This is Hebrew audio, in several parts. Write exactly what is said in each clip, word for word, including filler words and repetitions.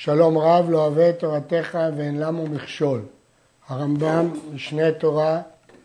שלום רב לא אוהב את תורתך ואין למו מכשול. הרמב"ם, משנה תורה,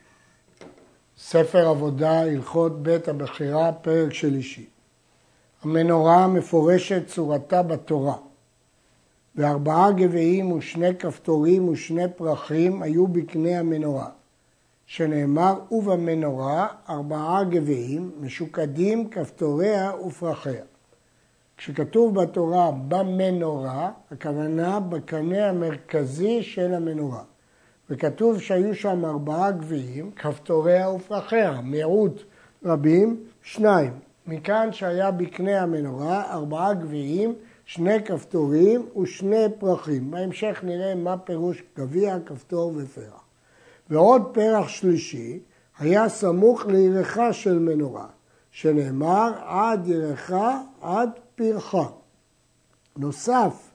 ספר עבודה, הלכות בית הבחירה, פרק שלישי. המנורה מפורשת צורתה בתורה, וארבעה גבעים ושני כפתורים ושני פרחים היו בקנה המנורה, שנאמר ובמנורה ארבעה גבעים משוקדים כפתוריה ופרחיה. כשכתוב בתורה במנורה, הכוונה בקנה המרכזי של המנורה. וכתוב שהיו שם ארבעה גביעים, כפתוריה ופרחיה, מיעוט רבים, שניים. מכאן שהיה בקנה המנורה ארבעה גביעים, שני כפתורים ושני פרחים. בהמשך נראה מה פירוש גביע, כפתור ופרח. ועוד פרח שלישי היה סמוך לירחה של מנורה, שנאמר עד ירחה עד פרחה. נוסף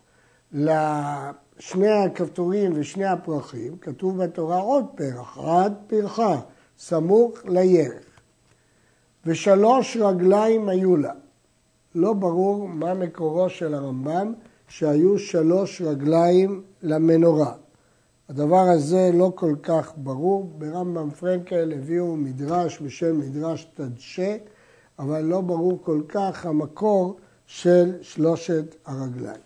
לשני הכפתורים ושני הפרחים, כתוב בתורה עוד פרח, עד פרחה, סמוך לירך. ושלוש רגליים היו לה. לא ברור מה מקורו של הרמב"ם שהיו שלוש רגליים למנורה. הדבר הזה לא כל כך ברור. ברמב"ם פרנקל הביאו מדרש בשם מדרש תדשה, אבל לא ברור כל כך המקור של שלושת הרגליים.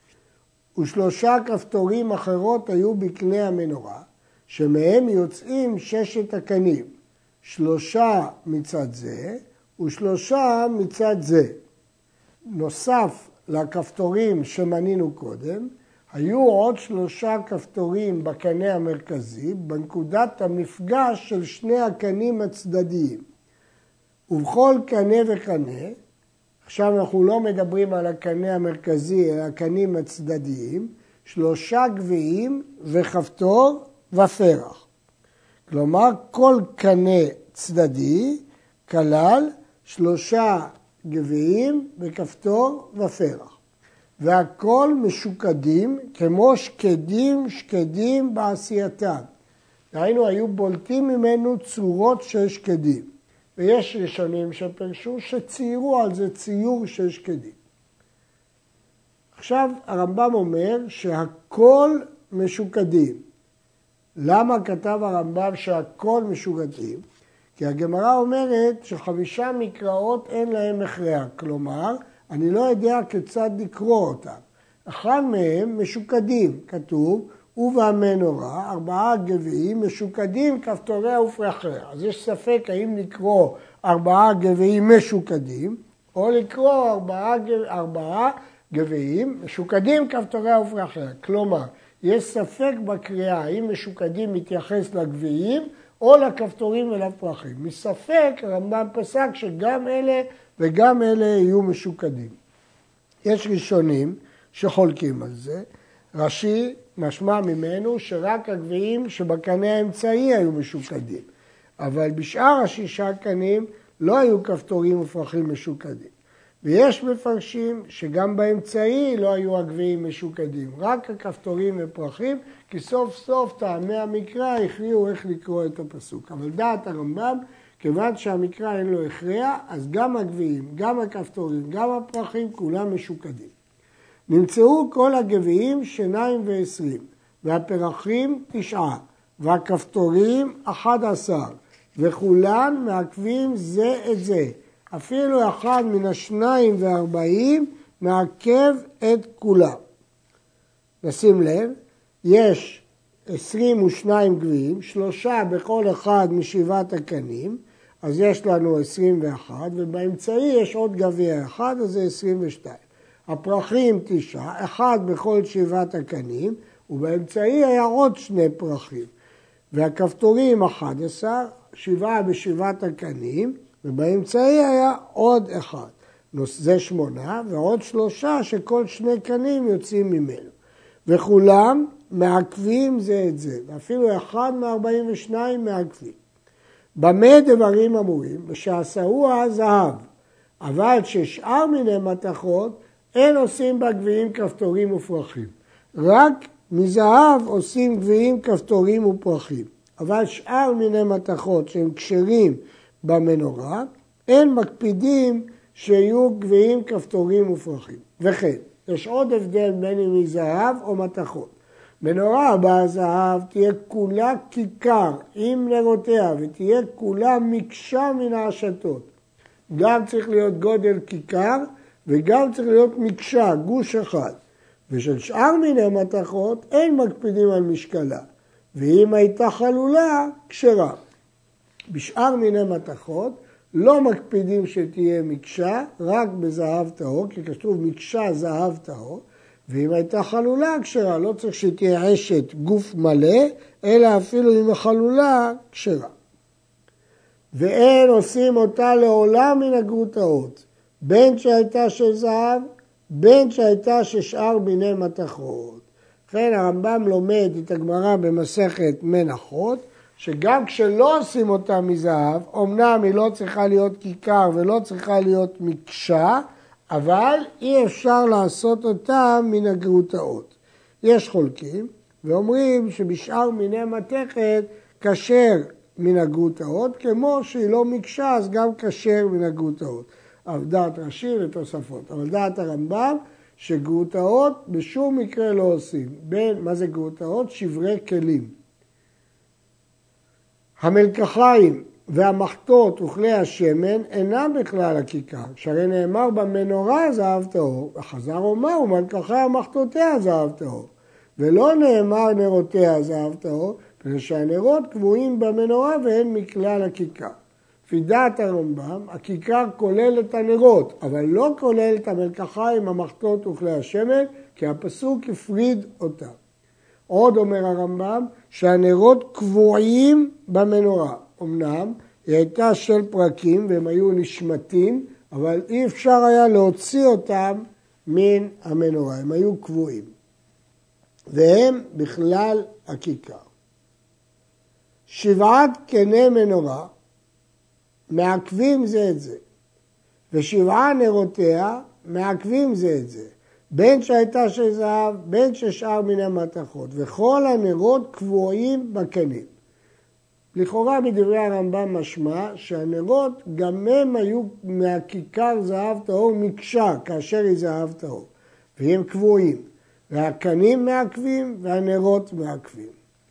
ושלושה כפתורים אחרות היו בקנה המנורה, שמהם יוצאים ששת הקנים, שלושה מצד זה ושלושה מצד זה. נוסף לכפתורים שמנינו קודם, היו עוד שלושה כפתורים בקנה המרכזי, בנקודת המפגש של שני הקנים הצדדיים. ובכל קנה וקנה, עכשיו אנחנו לא מדברים על הקנה המרכזי, אלא הקנים הצדדיים, שלושה גביעים וכפתור ופרח. כלומר, כל קנה צדדי כלל שלושה גביעים וכפתור ופרח. והכל משוקדים כמו שקדים שקדים בעשייתם. דהיינו, היו בולטים ממנו צורות של שקדים. ויש ראשונים שפרשו שציירו על זה ציור של שקדים. עכשיו הרמב"ם אומר שהכל משוקדים. למה כתב הרמב"ם שהכל משוקדים? כי הגמרא אומרת שחמישה מקראות אין להם הכרח. כלומר, אני לא יודע כיצד לקרוא אותם. אחד מהם משוקדים, כתוב, ובמנורה ארבעה גביעים משוקדים כפתוריה ופרחיה. אז יש ספק האם לקרוא ארבעה גביעים משוקדים, או לקרוא ארבעה, ארבעה גביעים משוקדים כפתוריה ופרחיה. כלומר, יש ספק בקריאה האם משוקדים מתייחס לגביעים או לכפתורים ולפרחים. מספק הרמב"ם פסק שגם אלה וגם אלה יהיו משוקדים. יש ראשונים שחולקים על זה. רש"י משמע ממנו שרק הגביעים שבקנה האמצעי היו משוקדים. אבל בשאר השישה קנים לא היו כפתורים ופרחים משוקדים. ויש מפרשים שגם באמצעי לא היו הגביעים משוקדים. רק הכפתורים ופרחים, כי סוף סוף טעמי המקרא הכריעו איך לקרוא את הפסוק. אבל דעת הרמב"ם, כיוון שהמקרא אין לו הכריע, אז גם הגביעים, גם הכפתורים, גם הפרחים, כולם משוקדים. נמצאו כל הגביעים שניים ועשרים, והפרחים תשעה, והכפתורים אחד עשר, וכולן מעכבים זה את זה. אפילו אחד מן השניים וארבעים מעכב את כולם. נשים לב, יש עשרים ושניים גביעים, שלושה בכל אחד משבעת הקנים, אז יש לנו עשרים ואחת, ובאמצעי יש עוד גביע אחד, אז זה עשרים ושתיים. הפרחים תשעה, אחד בכל שבעת הקנים, ובאמצעי היה עוד שני פרחים. והכפתורים אחד עשר, שבעה בשבעת הקנים, ובאמצעי היה עוד אחד. זה שמונה, ועוד שלושה שכל שני קנים יוצאים ממנו. וכולם מעכבים זה את זה, ואפילו אחד מ-ארבעים ושניים מעכבים. במה דברים אמורים? בשעשהו הזהב, אבל ששאר מיני מתכות, אין עושים בה גביעים, כפתורים ופרחים. רק מזהב עושים גביעים, כפתורים ופרחים. אבל שאר מיני מתכות שהם קשרים במנורה, אין מקפידים שיהיו גביעים, כפתורים ופרחים. וכן, יש עוד הבדל בין אם היא זהב או מתכות. מנורה הבאה זהב תהיה כולה כיכר עם נרותיה ותהיה כולה מקשה מן העשתות. גם צריך להיות גודל כיכר וגם צריך להיות מקשה, גוש אחד. ושל שאר מיני מתכות אין מקפידים על משקלה. ואם הייתה חלולה, כשרה. בשאר מיני מתכות לא מקפידים שתהיה מקשה, רק בזהב טהור, כי כתוב מקשה זהב טהור. ואם הייתה חלולה כשרה, לא צריך שתהיה עשת גוף מלא, אלא אפילו אם החלולה כשרה. ואין עושים אותה לעולם מן הגרוטאות, בין שהייתה של זהב, בין שהייתה של שאר מיני מתכות. לכן הרמב"ם לומד את הגמרא במסכת מנחות, שגם כשלא עושים אותה מזהב, אמנם היא לא צריכה להיות כיכר ולא צריכה להיות מקשה, אבל אי אפשר לעשות אותה מן הגרוטאות. יש חולקים ואומרים שבשאר מיני מתכת כשר מן הגרוטאות, כמו שהיא לא מקשה אז גם כשר מן הגרוטאות. אבל דעת רש"י ותוספות. אבל דעת הרמב"ם שגרוטאות בשום מקרה לא עושים. בין, מה זה גרוטאות? שברי כלים. המלקחיים והמחטות וכלי השמן אינם בכלל הכיכר, שהרי נאמר במנורה זהב טהור, וחזר אומר ומלקחי המחטותיה זהב טהור, ולא נאמר נרותיה זהב טהור, פני שהנרות קבועים במנורה והן מכלל הכיכר. לפי דעת הרמב"ם, הכיכר כולל את הנרות, אבל לא כולל את המלקחיים, המחטות וכלי השמן, כי הפסוק הפריד אותם. עוד אומר הרמב"ם שהנרות קבועים במנורה. אמנם היא הייתה של פרקים והם היו נשמטים, אבל אי אפשר היה להוציא אותם מן המנורה, הם היו קבועים. והם בכלל הכיכר. שבעת קני מנורה מעכבים זה את זה, ושבעה נרותיה מעכבים זה את זה. בין שהייתה של זהב, בין ששאר מן המתכות, וכל הנרות קבועים בקנים. לכאורה בדברי הרמב"ם משמע שהנרות גם הם היו מהכיכר זהב טהור מקשה, כאשר היא זהב טהור, והם קבועים, והקנים מעכבים והנרות מעכבים.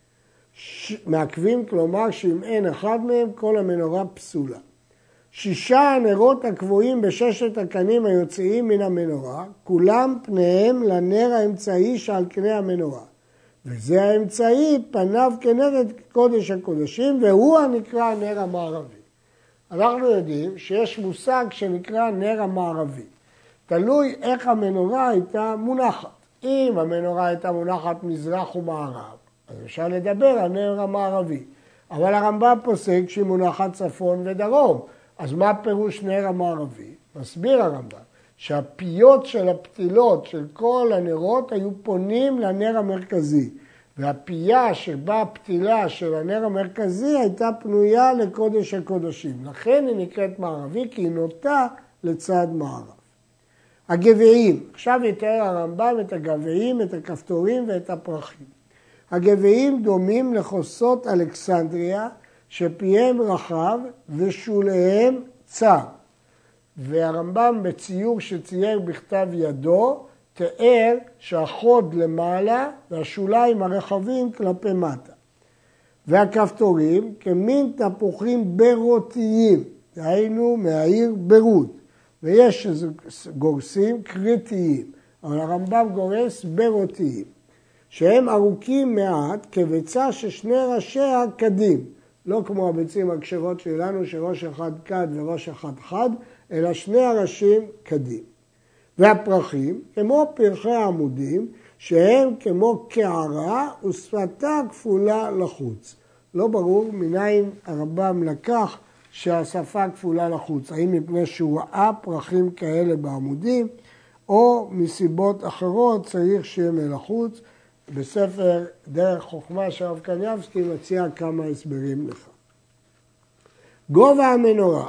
ש... מעכבים כלומר שאם אין אחד מהם כל המנורה פסולה. שישה הנרות הקבועים בששת הקנים היוצאים מן המנורה, כולם פניהם לנר האמצעי שעל קנה המנורה. וזה האמצעי, פניו כנר קודש הקודשים, והוא הנקרא הנר המערבי. אנחנו יודעים שיש מושג שנקרא נר המערבי. תלוי איך המנורה הייתה מונחת. אם המנורה הייתה מונחת מזרח ומערב, אז אפשר לדבר על נר המערבי. אבל הרמב"ם פוסק שהיא מונחת צפון ודרום. אז מה פירוש נר המערבי? מסביר הרמב"ם שהפיות של הפתילות של כל הנרות היו פונים לנר המרכזי, והפייה שבה הפתילה של הנר המרכזי הייתה פנויה לקודש הקודשים. לכן היא נקראת מערבי, כי היא נוטה לצד מערב. הגבעים, עכשיו יתאר הרמב"ם את הגבעים, את הכפתורים ואת הפרחים. הגבעים דומים לחוסות אלכסנדריה, שפיהם רחב ושוליהם צר. והרמב"ם בציור שצייר בכתב ידו, תיאר שהחוד למעלה והשוליים הרחבים כלפי מטה. והכפתורים כמין תפוחים ברוטיים, דהיינו מהעיר ברות. ויש גורסים קריטיים, אבל הרמב"ם גורס ברוטיים, שהם ארוכים מעט כביצה ששני ראשיה קדים. לא כמו הביצים הכשרות שלנו, שראש אחד קד וראש אחד חד, אלא שני הראשים קדים. והפרחים, כמו פרחי העמודים, שהם כמו קערה ושפתה כפולה לחוץ. לא ברור מניין הרמב"ם לקח שהשפה כפולה לחוץ. האם מפני שהוא ראה פרחים כאלה בעמודים, או מסיבות אחרות צריך שיהיה מלחוץ. בספר דרך חוכמה של הרב קניבסקי מציע כמה הסברים לך. גובה המנורה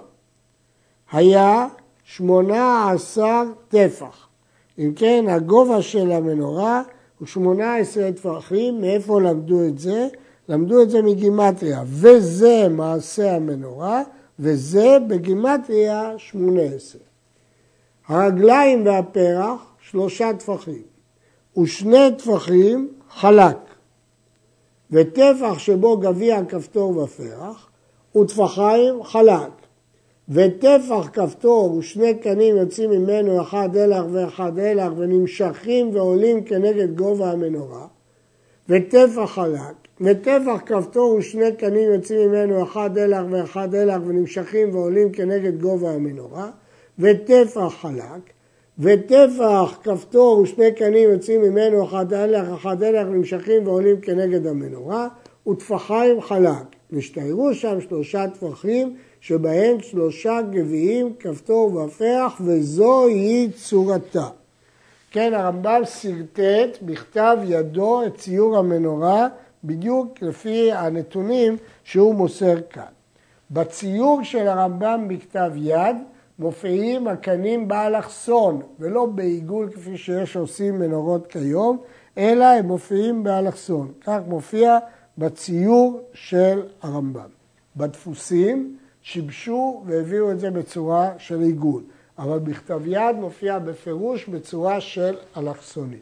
היה שמונה עשר טפח. אם כן, הגובה של המנורה הוא שמונה עשרה טפחים. מאיפה למדו את זה? למדו את זה מגימטריה. וזה מעשה המנורה, וזה בגימטריה שמונה עשרה. הרגליים והפרח שלושה טפחים, ושני טפחים חלק, וטפח שבו גביע כפתור ופרח, וטפחיים חלק, וטפח כפתור ושני קנים יוצאים ממנו אחד אלך ואחד אלך ונמשכים ועולים כנגד גובה המנורה, וטפח חלק, וטפח כפתור ושני קנים יוצאים ממנו אחד אלך ואחד אלך ונמשכים ועולים כנגד גובה המנורה, וטפח חלק, וטפח כפתור ושני קנים יוצאים ממנו אחד אלך ואחד אלך ונמשכים ועולים כנגד המנורה, וטפחיים חלק, ושתיירו שם שלושה טפחים שבהם שלושה גביעים, כפתור ופרח, וזוהי צורתה. כן, הרמב"ם סרטט בכתב ידו את ציור המנורה, בדיוק לפי הנתונים שהוא מוסר כאן. בציור של הרמב"ם בכתב יד מופיעים הקנים באלכסון, ולא בעיגול כפי שיש עושים מנורות כיום, אלא הם מופיעים באלכסון. כך מופיע בציור של הרמב"ם. בדפוסים שיבשו והביאו את זה בצורה של עיגול, אבל בכתב יד מופיע בפירוש בצורה של אלכסונים.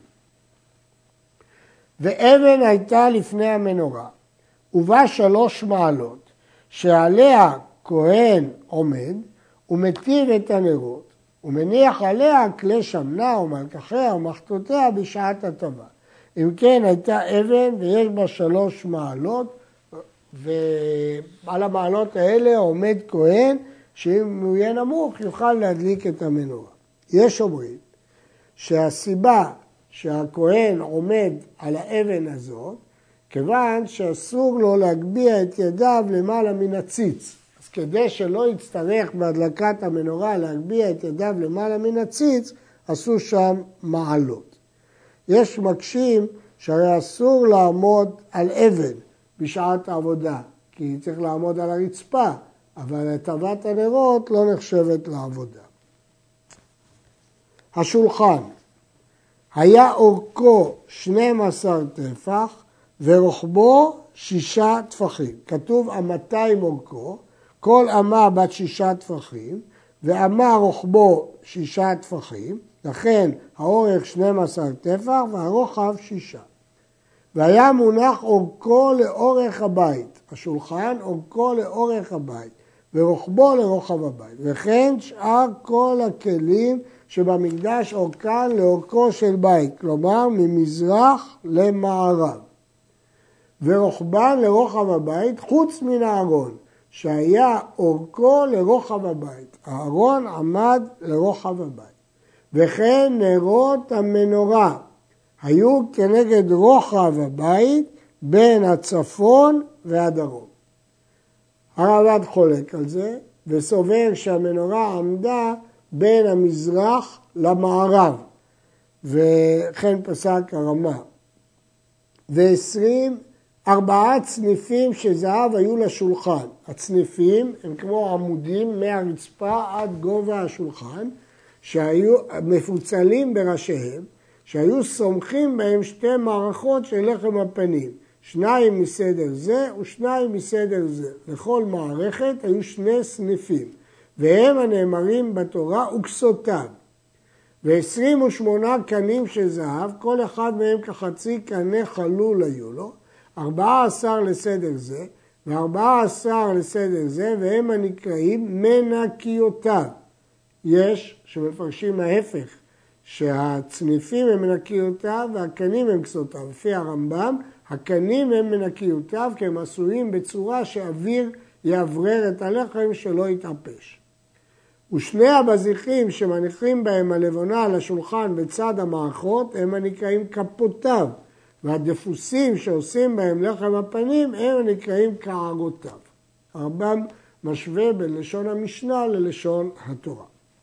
ואבן הייתה לפני המנורה, ובה שלוש מעלות, שעליה כהן עומד, ומטיב את הנרות, ומניח עליה כלי שמנה ומלקחיה ומחתותיה בשעת הטבה. אם כן, הייתה אבן ויש בה שלוש מעלות, ועל המעלות האלה עומד כהן, שאם הוא יהיה נמוך יוכל להדליק את המנורה. יש אומרים שהסיבה שהכהן עומד על האבן הזאת, כיוון שאסור לו להגביה את ידיו למעלה מן הציץ. אז כדי שלא יצטרך בהדלקת המנורה להגביה את ידיו למעלה מן הציץ, עשו שם מעלות. יש מקשים שהרי אסור לעמוד על אבן בשעת העבודה, כי צריך לעמוד על הרצפה, אבל הטבת הנרות לא נחשבת לעבודה. השולחן, היה אורכו שנים עשר טפח ורוחבו שישה טפחים. כתוב אמתיים אורכו, כל אמה בת שישה טפחים, ואמה רוחבו שישה טפחים, לכן האורך שנים עשר טפח והרוחב שישה. והיה מונח אורכו לאורך הבית, השולחן אורכו לאורך הבית, ורוחבו לרוחב הבית, וכן שאר כל הכלים שבמקדש אורכן לאורכו של בית, כלומר ממזרח למערב. ורוחבן לרוחב הבית חוץ מן הארון, שהיה אורכו לרוחב הבית. הארון עמד לרוחב הבית. וכן נרות המנורה היו כנגד רוחב הבית בין הצפון והדרום. הרמב"ם חולק על זה וסובר שהמנורה עמדה בין המזרח למערב, וכן פסק הרמ"א. ועשרים ארבעה צניפים של זהב היו לשולחן. הצניפים הם כמו עמודים מהרצפה עד גובה השולחן, שהיו מפוצלים בראשיהם, שהיו סומכים בהם שתי מערכות של לחם הפנים, שניים מסדר זה ושניים מסדר זה. לכל מערכת היו שני סניפים, והם הנאמרים בתורה וכסותיו. ועשרים ושמונה קנים של זהב, כל אחד מהם כחצי קנה חלול היו לו, ארבעה עשר לסדר זה, וארבעה עשר לסדר זה, והם הנקראים מנקיותיו. יש שמפרשים ההפך, שהצניפים הם מנקיותיו והקנים הם כסותיו. לפי הרמב"ם, הקנים הם מנקיותיו כי הם עשויים בצורה שאוויר יעברר את הלחם שלא יתעפש. ושני הבזיחים שמניחים בהם הלבונה על השולחן בצד המערכות הם הנקראים כפותיו, והדפוסים שעושים בהם לחם הפנים הם הנקראים קערותיו. הרמב"ם משווה בין לשון המשנה ללשון התורה.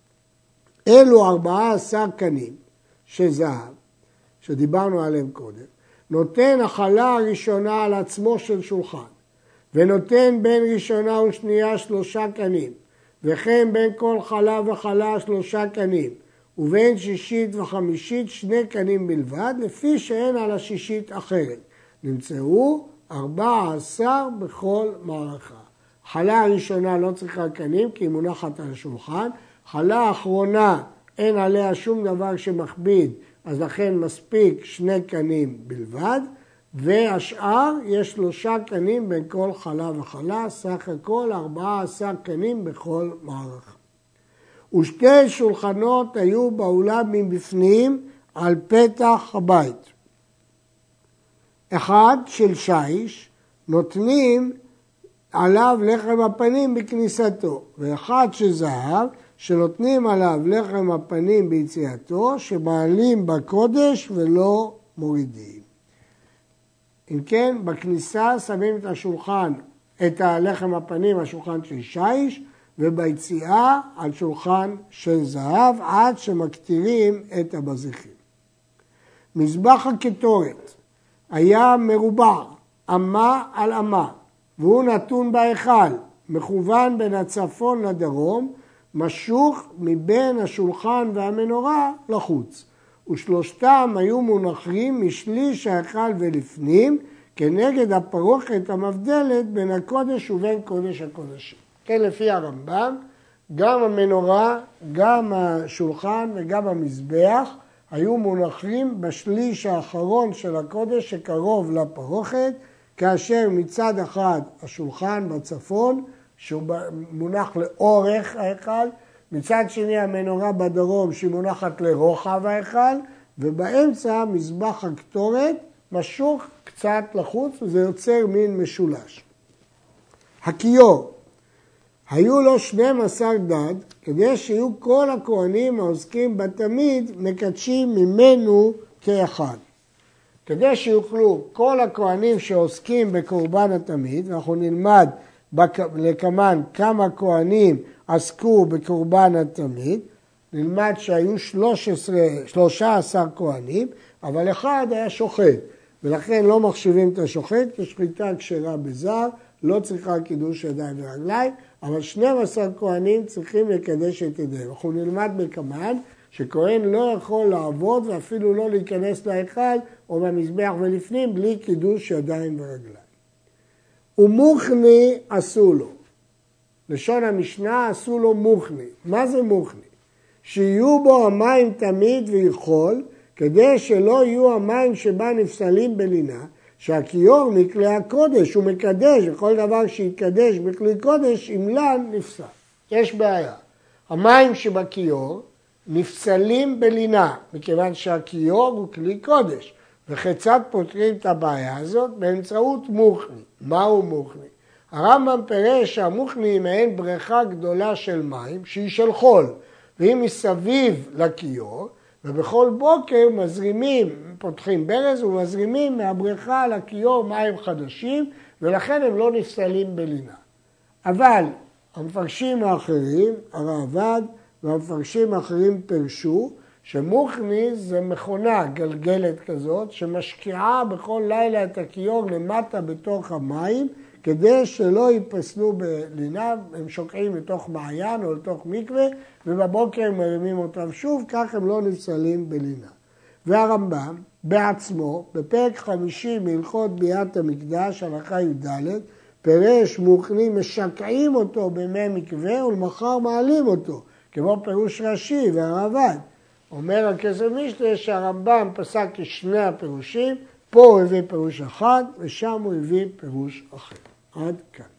אלו ארבעה עשר קנים של זהב, שדיברנו עליהם קודם, נותן החלה הראשונה על עצמו של שולחן, ונותן בין ראשונה ושנייה שלושה קנים, וכן בין כל חלה וחלה שלושה קנים, ובין שישית וחמישית שני קנים בלבד, לפי שאין על השישית אחרת. נמצאו ארבע עשר בכל מערכה. חלה הראשונה לא צריכה קנים כי היא מונחת על השולחן, חלה האחרונה אין עליה שום דבר שמכביד, אז לכן מספיק שני קנים בלבד, והשאר יש שלושה קנים בין כל חלה וחלה, סך הכל ארבעה עשר קנים בכל מערכה. ושתי שולחנות היו באולם מבפנים על פתח הבית. אחד של שיש, נותנים עליו לחם הפנים בכניסתו, ואחד של זהב, שנותנים עליו לחם הפנים ביציאתו, שמעלים בקודש ולא מורידים. אם כן, בכניסה שמים את השולחן, את הלחם הפנים, השולחן של שיש, וביציאה על שולחן של זהב, עד שמקטירים את הבזיחים. מזבח הקטורת היה מרובע, אמה על אמה, והוא נתון בהיכל, מכוון בין הצפון לדרום, משוך מבין השולחן והמנורה לחוץ. ושלושתם היו מונחים משליש ההיכל ולפנים, כנגד הפרוכת המבדלת בין הקודש ובין קודש הקודשים. כן, לפי הרמב"ם, גם המנורה, גם השולחן וגם המזבח היו מונחים בשליש האחרון של הקודש שקרוב לפרוכת, כאשר מצד אחד השולחן בצפון, שהוא מונח לאורך ההיכל, מצד שני המנורה בדרום שהיא מונחת לרוחב ההיכל, ובאמצע מזבח הקטורת משוך קצת לחוץ, וזה יוצר מין משולש. הכיור, היו לו שנים עשר דד, כדי שיהיו כל הכהנים העוסקים בתמיד מקדשים ממנו כאחד. כדי שיוכלו כל הכהנים שעוסקים בקורבן התמיד, ואנחנו נלמד לכמן כמה כהנים עסקו בקורבן התמיד, נלמד שהיו שלושה עשר כהנים, אבל אחד היה שוחט, ולכן לא מחשיבים את השוחט, כי שחיטה כשרה בזר, לא צריכה קידוש ידיים ורגליים, אבל שנים עשר כהנים צריכים לקדש את ידיהם. אנחנו נלמד בכמן שכהן לא יכול לעבוד ואפילו לא להיכנס להיכל או במזבח ולפנים בלי קידוש ידיים ורגליים. ומוכני עשו לו. לשון המשנה עשו לו מוכני. מה זה מוכני? שיהיו בו המים תמיד ויכול, כדי שלא יהיו המים שבה נפסלים בלינה, שהכיור מכלי הקודש הוא מקדש, וכל דבר שיתקדש בכלי קודש, אם לן נפסל. יש בעיה. המים שבכיור נפסלים בלינה, מכיוון שהכיור הוא כלי קודש. וכיצד פותרים את הבעיה הזאת? באמצעות מוכני. מהו מוכני? הרמב"ם פירש שהמוכני היא מעין בריכה גדולה של מים, שהיא של חול, והיא מסביב לכיור, ובכל בוקר מזרימים, פותחים ברז ומזרימים מהבריכה לכיור מים חדשים, ולכן הם לא נפסלים בלינה. אבל המפרשים האחרים, הרעב"ד והמפרשים האחרים פירשו, שמוכני זה מכונה גלגלת כזאת, שמשקיעה בכל לילה את הכיור למטה בתוך המים, כדי שלא ייפסלו בלינה, הם שוקעים לתוך מעיין או לתוך מקווה, ובבוקר הם מרימים אותם שוב, כך הם לא נפסלים בלינה. והרמב"ם בעצמו, בפרק חמישי מהלכות ביאת המקדש, הלכה י"ד, פירש מוכני משקעים אותו במי מקווה ולמחר מעלים אותו, כמו פירוש רש"י והרעב"ד. אומר הכסף משנה שהרמב"ם פסק כשני הפירושים, פה הוא הביא פירוש אחד ושם הוא הביא פירוש אחר. עד כאן.